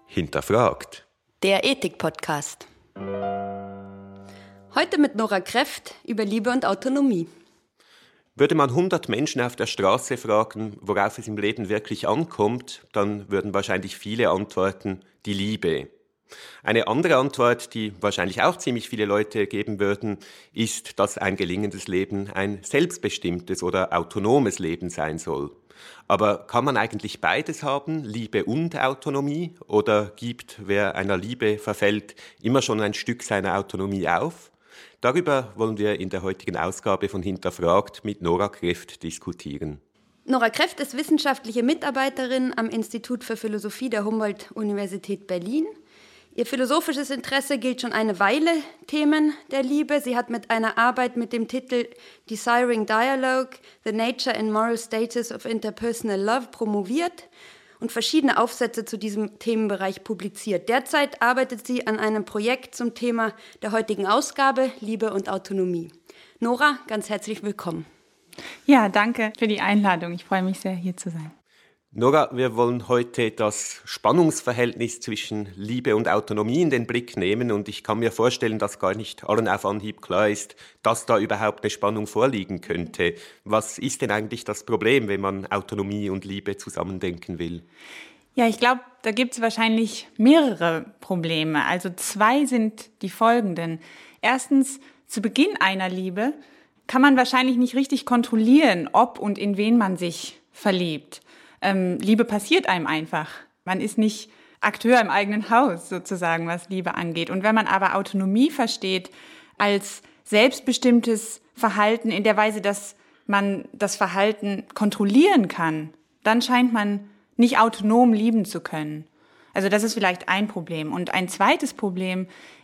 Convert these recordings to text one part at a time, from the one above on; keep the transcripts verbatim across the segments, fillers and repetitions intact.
Hinterfragt. Der Ethik-Podcast. Heute mit Nora Kreft über Liebe und Autonomie. Würde man hundert Menschen auf der Straße fragen, worauf es im Leben wirklich ankommt, dann würden wahrscheinlich viele antworten, die Liebe. Eine andere Antwort, die wahrscheinlich auch ziemlich viele Leute geben würden, ist, dass ein gelingendes Leben ein selbstbestimmtes oder autonomes Leben sein soll. Aber kann man eigentlich beides haben, Liebe und Autonomie? Oder gibt, wer einer Liebe verfällt, immer schon ein Stück seiner Autonomie auf? Darüber wollen wir in der heutigen Ausgabe von Hinterfragt mit Nora Kreft diskutieren. Nora Kreft ist wissenschaftliche Mitarbeiterin am Institut für Philosophie der Humboldt-Universität Berlin. Ihr philosophisches Interesse gilt schon eine Weile Themen der Liebe. Sie hat mit einer Arbeit mit dem Titel Desiring Dialogue, The Nature and Moral Status of Interpersonal Love promoviert und verschiedene Aufsätze zu diesem Themenbereich publiziert. Derzeit arbeitet sie an einem Projekt zum Thema der heutigen Ausgabe, Liebe und Autonomie. Nora, ganz herzlich willkommen. Ja, danke für die Einladung. Ich freue mich sehr, hier zu sein. Nora, wir wollen heute das Spannungsverhältnis zwischen Liebe und Autonomie in den Blick nehmen und ich kann mir vorstellen, dass gar nicht allen auf Anhieb klar ist, dass da überhaupt eine Spannung vorliegen könnte. Was ist denn eigentlich das Problem, wenn man Autonomie und Liebe zusammendenken will? Ja, ich glaube, da gibt es wahrscheinlich mehrere Probleme. Also zwei sind die folgenden. Erstens, zu Beginn einer Liebe kann man wahrscheinlich nicht richtig kontrollieren, ob und in wen man sich verliebt. Ähm, Liebe passiert einem einfach. Man ist nicht Akteur im eigenen Haus sozusagen, was Liebe angeht. Und wenn man aber Autonomie versteht als selbstbestimmtes Verhalten in der Weise, dass man das Verhalten kontrollieren kann, dann scheint man nicht autonom lieben zu können. Also das ist vielleicht ein Problem. Und ein zweites Problem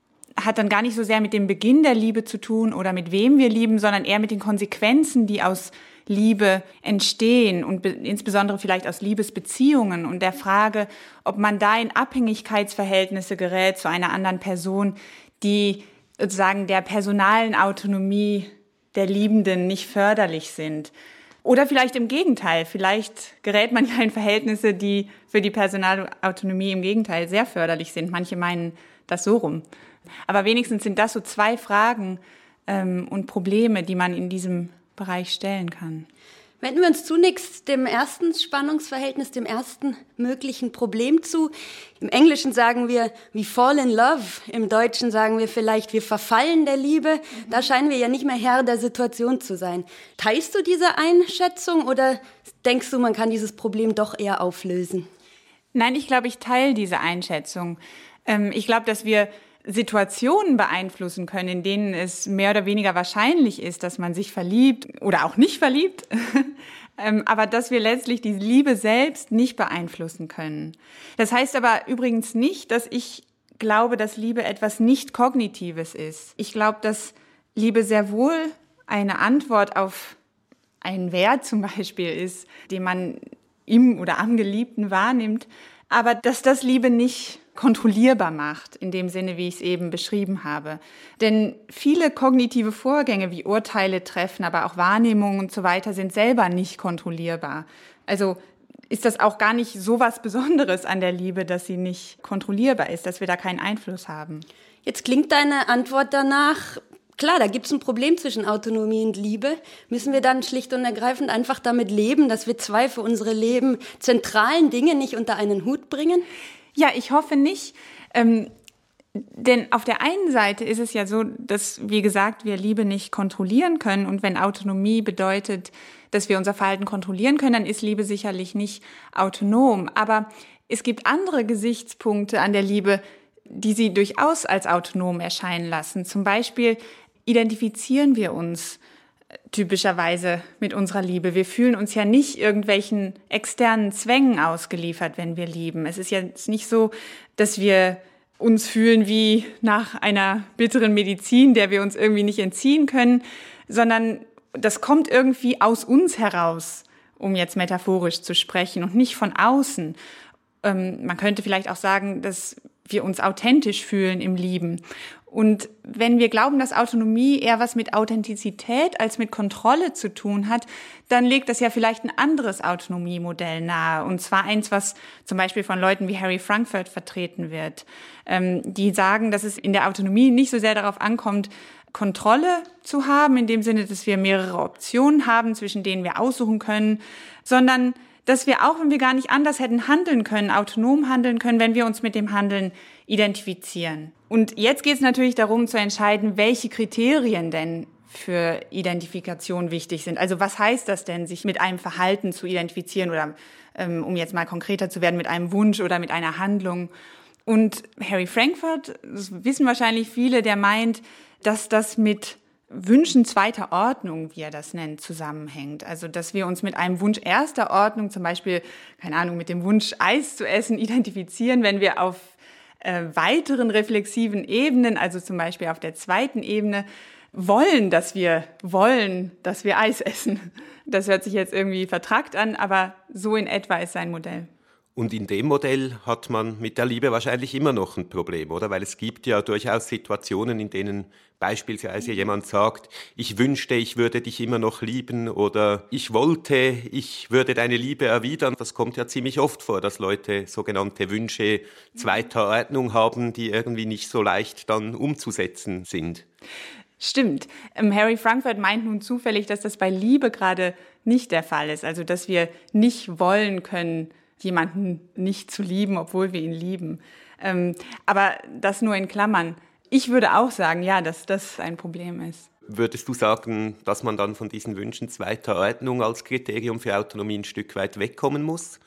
hat dann gar nicht so sehr mit dem Beginn der Liebe zu tun oder mit wem wir lieben, sondern eher mit den Konsequenzen, die aus Liebe entstehen und be- insbesondere vielleicht aus Liebesbeziehungen und der Frage, ob man da in Abhängigkeitsverhältnisse gerät zu einer anderen Person, die sozusagen der personalen Autonomie der Liebenden nicht förderlich sind. Oder vielleicht im Gegenteil, vielleicht gerät man ja in Verhältnisse, die für die Personalautonomie im Gegenteil sehr förderlich sind. Manche meinen das so rum. Aber wenigstens sind das so zwei Fragen ähm, und Probleme, die man in diesem Bereich stellen kann. Wenden wir uns zunächst dem ersten Spannungsverhältnis, dem ersten möglichen Problem zu. Im Englischen sagen wir, we fall in love. Im Deutschen sagen wir vielleicht, wir verfallen der Liebe. Da scheinen wir ja nicht mehr Herr der Situation zu sein. Teilst du diese Einschätzung oder denkst du, man kann dieses Problem doch eher auflösen? Nein, ich glaube, ich teile diese Einschätzung. Ähm, ich glaube, dass wir Situationen beeinflussen können, in denen es mehr oder weniger wahrscheinlich ist, dass man sich verliebt oder auch nicht verliebt, aber dass wir letztlich die Liebe selbst nicht beeinflussen können. Das heißt aber übrigens nicht, dass ich glaube, dass Liebe etwas nicht Kognitives ist. Ich glaube, dass Liebe sehr wohl eine Antwort auf einen Wert zum Beispiel ist, den man im oder am Geliebten wahrnimmt, aber dass das Liebe nicht kontrollierbar macht, in dem Sinne, wie ich es eben beschrieben habe. Denn viele kognitive Vorgänge wie Urteile treffen, aber auch Wahrnehmungen und so weiter sind selber nicht kontrollierbar. Also ist das auch gar nicht so was Besonderes an der Liebe, dass sie nicht kontrollierbar ist, dass wir da keinen Einfluss haben. Jetzt klingt deine Antwort danach, klar, da gibt es ein Problem zwischen Autonomie und Liebe. Müssen wir dann schlicht und ergreifend einfach damit leben, dass wir zwei für unsere Leben zentralen Dinge nicht unter einen Hut bringen? Ja, ich hoffe nicht, ähm, denn auf der einen Seite ist es ja so, dass, wie gesagt, wir Liebe nicht kontrollieren können und wenn Autonomie bedeutet, dass wir unser Verhalten kontrollieren können, dann ist Liebe sicherlich nicht autonom. Aber es gibt andere Gesichtspunkte an der Liebe, die sie durchaus als autonom erscheinen lassen. Zum Beispiel identifizieren wir uns typischerweise mit unserer Liebe. Wir fühlen uns ja nicht irgendwelchen externen Zwängen ausgeliefert, wenn wir lieben. Es ist ja nicht so, dass wir uns fühlen wie nach einer bitteren Medizin, der wir uns irgendwie nicht entziehen können, sondern das kommt irgendwie aus uns heraus, um jetzt metaphorisch zu sprechen und nicht von außen. Ähm, man könnte vielleicht auch sagen, dass wir uns authentisch fühlen im Lieben. Und wenn wir glauben, dass Autonomie eher was mit Authentizität als mit Kontrolle zu tun hat, dann legt das ja vielleicht ein anderes Autonomiemodell nahe. Und zwar eins, was zum Beispiel von Leuten wie Harry Frankfurt vertreten wird. Ähm, die sagen, dass es in der Autonomie nicht so sehr darauf ankommt, Kontrolle zu haben, in dem Sinne, dass wir mehrere Optionen haben, zwischen denen wir aussuchen können, sondern dass wir auch, wenn wir gar nicht anders hätten handeln können, autonom handeln können, wenn wir uns mit dem Handeln identifizieren. Und jetzt geht es natürlich darum zu entscheiden, welche Kriterien denn für Identifikation wichtig sind. Also was heißt das denn, sich mit einem Verhalten zu identifizieren oder, ähm, um jetzt mal konkreter zu werden, mit einem Wunsch oder mit einer Handlung? Und Harry Frankfurt, das wissen wahrscheinlich viele, der meint, dass das mit Wünschen zweiter Ordnung, wie er das nennt, zusammenhängt. Also, dass wir uns mit einem Wunsch erster Ordnung, zum Beispiel, keine Ahnung, mit dem Wunsch, Eis zu essen, identifizieren, wenn wir auf äh, weiteren reflexiven Ebenen, also zum Beispiel auf der zweiten Ebene, wollen, dass wir wollen, dass wir Eis essen. Das hört sich jetzt irgendwie vertrackt an, aber so in etwa ist sein Modell. Und in dem Modell hat man mit der Liebe wahrscheinlich immer noch ein Problem, oder? Weil es gibt ja durchaus Situationen, in denen beispielsweise jemand sagt, ich wünschte, ich würde dich immer noch lieben oder ich wollte, ich würde deine Liebe erwidern. Das kommt ja ziemlich oft vor, dass Leute sogenannte Wünsche zweiter Ordnung haben, die irgendwie nicht so leicht dann umzusetzen sind. Stimmt. Harry Frankfurt meint nun zufällig, dass das bei Liebe gerade nicht der Fall ist. Also, dass wir nicht wollen können, jemanden nicht zu lieben, obwohl wir ihn lieben. Ähm, aber das nur in Klammern. Ich würde auch sagen, ja, dass das ein Problem ist. Würdest du sagen, dass man dann von diesen Wünschen zweiter Ordnung als Kriterium für Autonomie ein Stück weit wegkommen muss?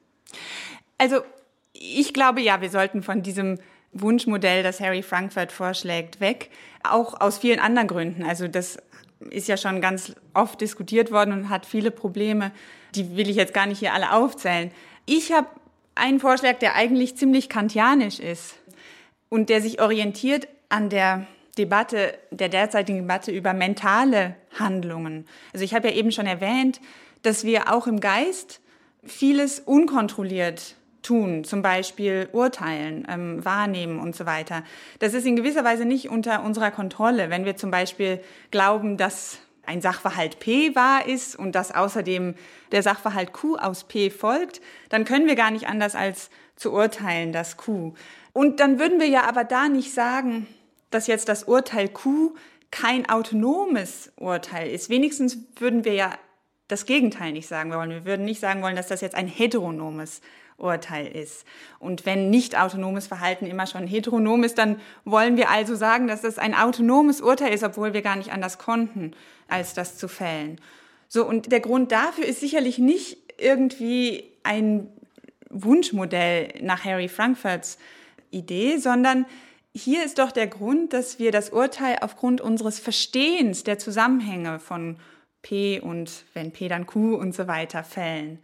Also ich glaube, ja, wir sollten von diesem Wunschmodell, das Harry Frankfurt vorschlägt, weg. Auch aus vielen anderen Gründen. Also das ist ja schon ganz oft diskutiert worden und hat viele Probleme. Die will ich jetzt gar nicht hier alle aufzählen. Ich habe einen Vorschlag, der eigentlich ziemlich kantianisch ist und der sich orientiert an der Debatte, der derzeitigen Debatte über mentale Handlungen. Also ich habe ja eben schon erwähnt, dass wir auch im Geist vieles unkontrolliert tun, zum Beispiel urteilen, ähm, wahrnehmen und so weiter. Das ist in gewisser Weise nicht unter unserer Kontrolle. Wenn wir zum Beispiel glauben, dass ein Sachverhalt P wahr ist und dass außerdem der Sachverhalt Q aus P folgt, dann können wir gar nicht anders als zu urteilen, dass Q. Und dann würden wir ja aber da nicht sagen, dass jetzt das Urteil Q kein autonomes Urteil ist. Wenigstens würden wir ja das Gegenteil nicht sagen wollen. Wir würden nicht sagen wollen, dass das jetzt ein heteronomes Urteil ist. Und wenn nicht autonomes Verhalten immer schon heteronom ist, dann wollen wir also sagen, dass das ein autonomes Urteil ist, obwohl wir gar nicht anders konnten, als das zu fällen. So, und der Grund dafür ist sicherlich nicht irgendwie ein Wunschmodell nach Harry Frankfurts Idee, sondern hier ist doch der Grund, dass wir das Urteil aufgrund unseres Verstehens der Zusammenhänge von P und wenn P dann Q und so weiter fällen.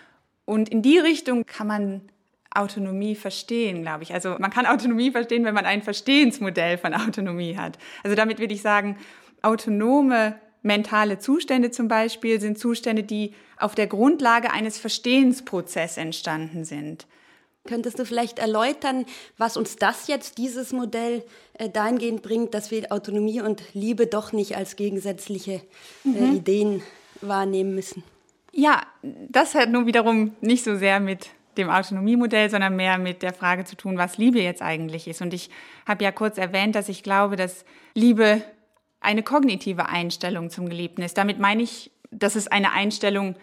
Und in die Richtung kann man Autonomie verstehen, glaube ich. Also man kann Autonomie verstehen, wenn man ein Verstehensmodell von Autonomie hat. Also damit würde ich sagen, autonome mentale Zustände zum Beispiel sind Zustände, die auf der Grundlage eines Verstehensprozesses entstanden sind. Könntest du vielleicht erläutern, was uns das jetzt, dieses Modell, äh, dahingehend bringt, dass wir Autonomie und Liebe doch nicht als gegensätzliche äh, mhm. Ideen wahrnehmen müssen? Ja, das hat nun wiederum nicht so sehr mit dem Autonomiemodell, sondern mehr mit der Frage zu tun, was Liebe jetzt eigentlich ist. Und ich habe ja kurz erwähnt, dass ich glaube, dass Liebe eine kognitive Einstellung zum Geliebten ist. Damit meine ich, dass es eine Einstellung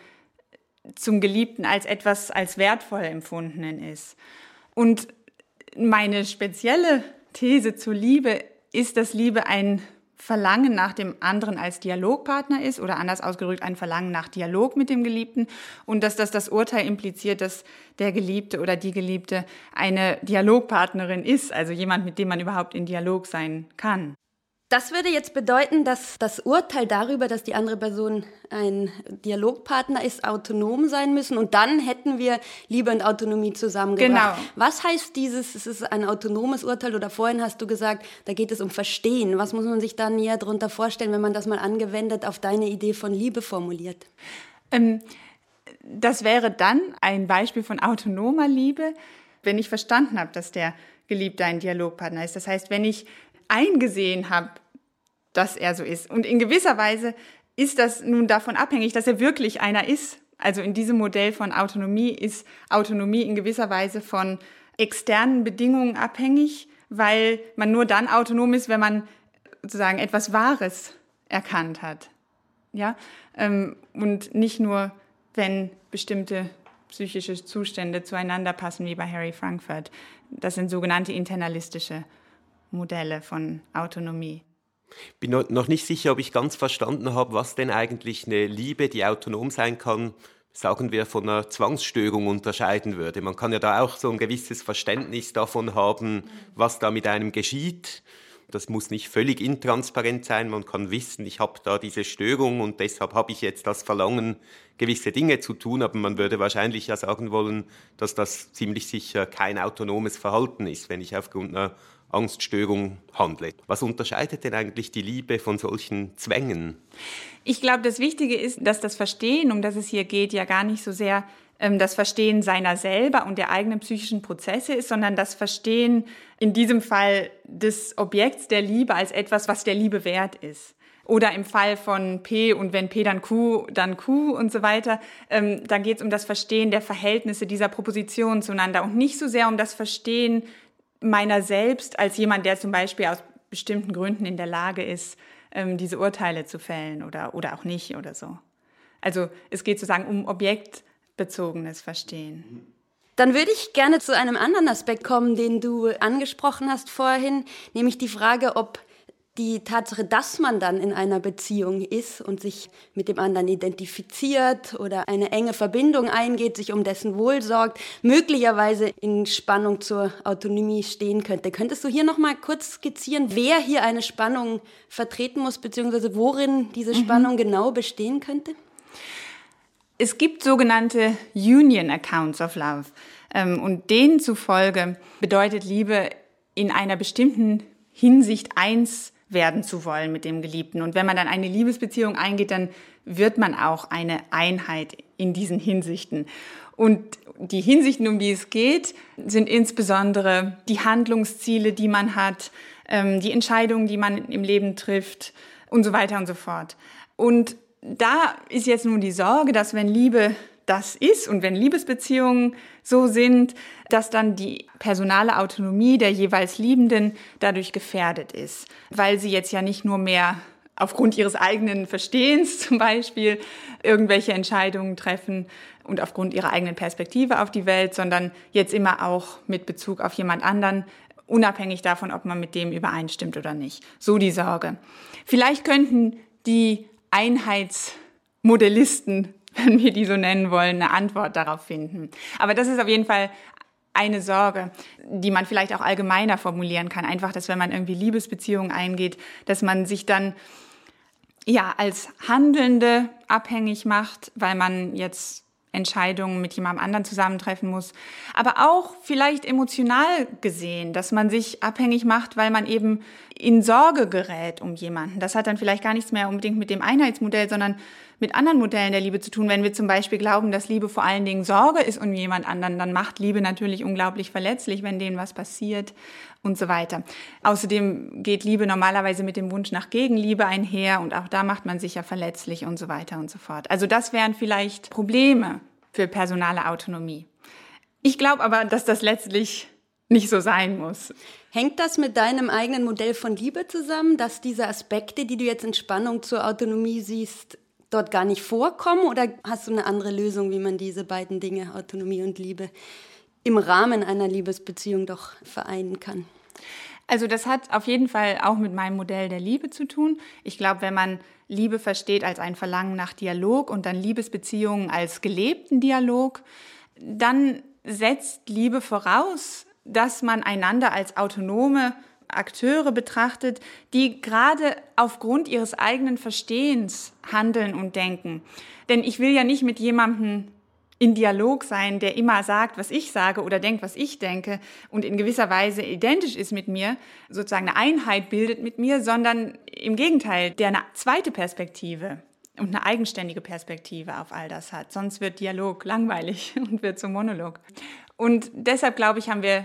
zum Geliebten als etwas als wertvoll empfundenen ist. Und meine spezielle These zur Liebe ist, dass Liebe ein Verlangen nach dem anderen als Dialogpartner ist oder anders ausgedrückt ein Verlangen nach Dialog mit dem Geliebten und dass das das Urteil impliziert, dass der Geliebte oder die Geliebte eine Dialogpartnerin ist, also jemand, mit dem man überhaupt in Dialog sein kann. Das würde jetzt bedeuten, dass das Urteil darüber, dass die andere Person ein Dialogpartner ist, autonom sein müssen. Und dann hätten wir Liebe und Autonomie zusammengebracht. Genau. Was heißt dieses, es ist ein autonomes Urteil? Oder vorhin hast du gesagt, da geht es um Verstehen. Was muss man sich da näher darunter vorstellen, wenn man das mal angewendet auf deine Idee von Liebe formuliert? Ähm, das wäre dann ein Beispiel von autonomer Liebe, wenn ich verstanden habe, dass der Geliebte ein Dialogpartner ist. Das heißt, wenn ich eingesehen habe, dass er so ist. Und in gewisser Weise ist das nun davon abhängig, dass er wirklich einer ist. Also in diesem Modell von Autonomie ist Autonomie in gewisser Weise von externen Bedingungen abhängig, weil man nur dann autonom ist, wenn man sozusagen etwas Wahres erkannt hat. Ja? Und nicht nur, wenn bestimmte psychische Zustände zueinander passen, wie bei Harry Frankfurt. Das sind sogenannte internalistische Modelle von Autonomie. Ich bin noch nicht sicher, ob ich ganz verstanden habe, was denn eigentlich eine Liebe, die autonom sein kann, sagen wir, von einer Zwangsstörung unterscheiden würde. Man kann ja da auch so ein gewisses Verständnis davon haben, was da mit einem geschieht. Das muss nicht völlig intransparent sein. Man kann wissen, ich habe da diese Störung und deshalb habe ich jetzt das Verlangen, gewisse Dinge zu tun. Aber man würde wahrscheinlich ja sagen wollen, dass das ziemlich sicher kein autonomes Verhalten ist, wenn ich aufgrund einer Angststörung handle. Was unterscheidet denn eigentlich die Liebe von solchen Zwängen? Ich glaube, das Wichtige ist, dass das Verstehen, um das es hier geht, ja gar nicht so sehr ähm, das Verstehen seiner selber und der eigenen psychischen Prozesse ist, sondern das Verstehen in diesem Fall des Objekts der Liebe als etwas, was der Liebe wert ist. Oder im Fall von P und wenn P dann Q, dann Q und so weiter, ähm, dann geht es um das Verstehen der Verhältnisse dieser Propositionen zueinander und nicht so sehr um das Verstehen meiner selbst als jemand, der zum Beispiel aus bestimmten Gründen in der Lage ist, ähm, diese Urteile zu fällen oder, oder auch nicht oder so. Also es geht sozusagen um objektbezogenes Verstehen. Dann würde ich gerne zu einem anderen Aspekt kommen, den du angesprochen hast vorhin, nämlich die Frage, ob die Tatsache, dass man dann in einer Beziehung ist und sich mit dem anderen identifiziert oder eine enge Verbindung eingeht, sich um dessen Wohl sorgt, möglicherweise in Spannung zur Autonomie stehen könnte. Könntest du hier noch mal kurz skizzieren, wer hier eine Spannung vertreten muss, beziehungsweise worin diese Spannung mhm. genau bestehen könnte? Es gibt sogenannte Union Accounts of Love. Und denen zufolge bedeutet Liebe in einer bestimmten Hinsicht eins werden zu wollen mit dem Geliebten. Und wenn man dann eine Liebesbeziehung eingeht, dann wird man auch eine Einheit in diesen Hinsichten. Und die Hinsichten, um die es geht, sind insbesondere die Handlungsziele, die man hat, die Entscheidungen, die man im Leben trifft und so weiter und so fort. Und da ist jetzt nun die Sorge, dass wenn Liebe das ist und wenn Liebesbeziehungen so sind, dass dann die personale Autonomie der jeweils Liebenden dadurch gefährdet ist, weil sie jetzt ja nicht nur mehr aufgrund ihres eigenen Verstehens zum Beispiel irgendwelche Entscheidungen treffen und aufgrund ihrer eigenen Perspektive auf die Welt, sondern jetzt immer auch mit Bezug auf jemand anderen, unabhängig davon, ob man mit dem übereinstimmt oder nicht. So die Sorge. Vielleicht könnten die Einheitsmodellisten, wenn wir die so nennen wollen, eine Antwort darauf finden. Aber das ist auf jeden Fall eine Sorge, die man vielleicht auch allgemeiner formulieren kann. Einfach, dass wenn man irgendwie Liebesbeziehungen eingeht, dass man sich dann ja als Handelnde abhängig macht, weil man jetzt Entscheidungen mit jemandem anderen zusammentreffen muss. Aber auch vielleicht emotional gesehen, dass man sich abhängig macht, weil man eben in Sorge gerät um jemanden. Das hat dann vielleicht gar nichts mehr unbedingt mit dem Einheitsmodell, sondern mit anderen Modellen der Liebe zu tun. Wenn wir zum Beispiel glauben, dass Liebe vor allen Dingen Sorge ist um jemand anderen, dann macht Liebe natürlich unglaublich verletzlich, wenn denen was passiert und so weiter. Außerdem geht Liebe normalerweise mit dem Wunsch nach Gegenliebe einher und auch da macht man sich ja verletzlich und so weiter und so fort. Also das wären vielleicht Probleme für personale Autonomie. Ich glaube aber, dass das letztlich nicht so sein muss. Hängt das mit deinem eigenen Modell von Liebe zusammen, dass diese Aspekte, die du jetzt in Spannung zur Autonomie siehst, dort gar nicht vorkommen? Oder hast du eine andere Lösung, wie man diese beiden Dinge, Autonomie und Liebe, im Rahmen einer Liebesbeziehung doch vereinen kann? Also das hat auf jeden Fall auch mit meinem Modell der Liebe zu tun. Ich glaube, wenn man Liebe versteht als ein Verlangen nach Dialog und dann Liebesbeziehungen als gelebten Dialog, dann setzt Liebe voraus, dass man einander als autonome Akteure betrachtet, die gerade aufgrund ihres eigenen Verstehens handeln und denken. Denn ich will ja nicht mit jemandem in Dialog sein, der immer sagt, was ich sage oder denkt, was ich denke und in gewisser Weise identisch ist mit mir, sozusagen eine Einheit bildet mit mir, sondern im Gegenteil, der eine zweite Perspektive und eine eigenständige Perspektive auf all das hat. Sonst wird Dialog langweilig und wird zum Monolog. Und deshalb, glaube ich, haben wir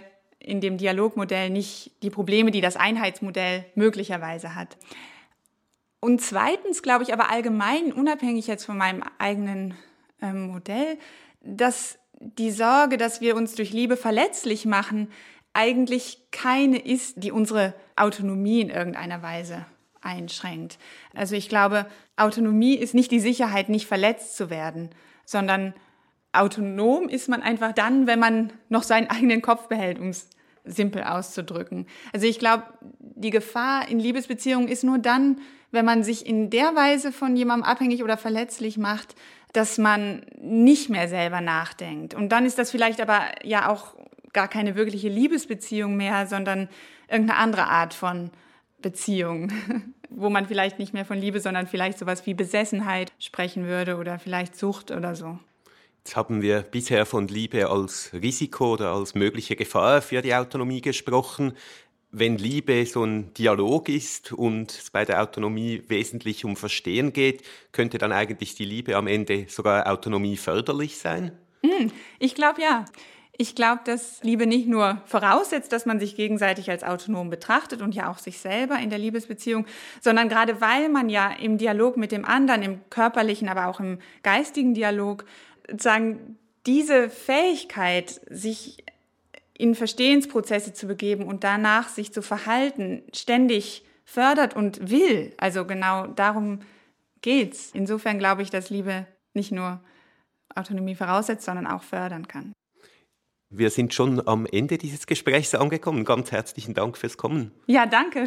in dem Dialogmodell nicht die Probleme, die das Einheitsmodell möglicherweise hat. Und zweitens glaube ich aber allgemein, unabhängig jetzt von meinem eigenen ähm, Modell, dass die Sorge, dass wir uns durch Liebe verletzlich machen, eigentlich keine ist, die unsere Autonomie in irgendeiner Weise einschränkt. Also ich glaube, Autonomie ist nicht die Sicherheit, nicht verletzt zu werden, sondern autonom ist man einfach dann, wenn man noch seinen eigenen Kopf behält, um es simpel auszudrücken. Also ich glaube, die Gefahr in Liebesbeziehungen ist nur dann, wenn man sich in der Weise von jemandem abhängig oder verletzlich macht, dass man nicht mehr selber nachdenkt. Und dann ist das vielleicht aber ja auch gar keine wirkliche Liebesbeziehung mehr, sondern irgendeine andere Art von Beziehung, wo man vielleicht nicht mehr von Liebe, sondern vielleicht sowas wie Besessenheit sprechen würde oder vielleicht Sucht oder so. Jetzt haben wir bisher von Liebe als Risiko oder als mögliche Gefahr für die Autonomie gesprochen. Wenn Liebe so ein Dialog ist und es bei der Autonomie wesentlich um Verstehen geht, könnte dann eigentlich die Liebe am Ende sogar Autonomie förderlich sein? Ich glaube ja. Ich glaube, dass Liebe nicht nur voraussetzt, dass man sich gegenseitig als autonom betrachtet und ja auch sich selber in der Liebesbeziehung, sondern gerade weil man ja im Dialog mit dem anderen, im körperlichen, aber auch im geistigen Dialog, sozusagen diese Fähigkeit, sich in Verstehensprozesse zu begeben und danach sich zu verhalten, ständig fördert und will. Also genau darum geht's. Insofern glaube ich, dass Liebe nicht nur Autonomie voraussetzt, sondern auch fördern kann. Wir sind schon am Ende dieses Gesprächs angekommen. Ganz herzlichen Dank fürs Kommen. Ja, danke.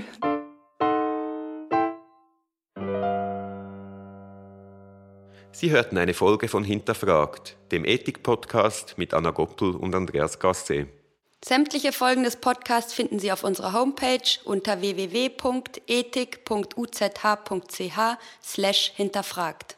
Sie hörten eine Folge von Hinterfragt, dem Ethik-Podcast mit Anna Goppel und Andreas Gasset. Sämtliche Folgen des Podcasts finden Sie auf unserer Homepage unter w w w punkt ethik punkt u z h punkt c h slash hinterfragt.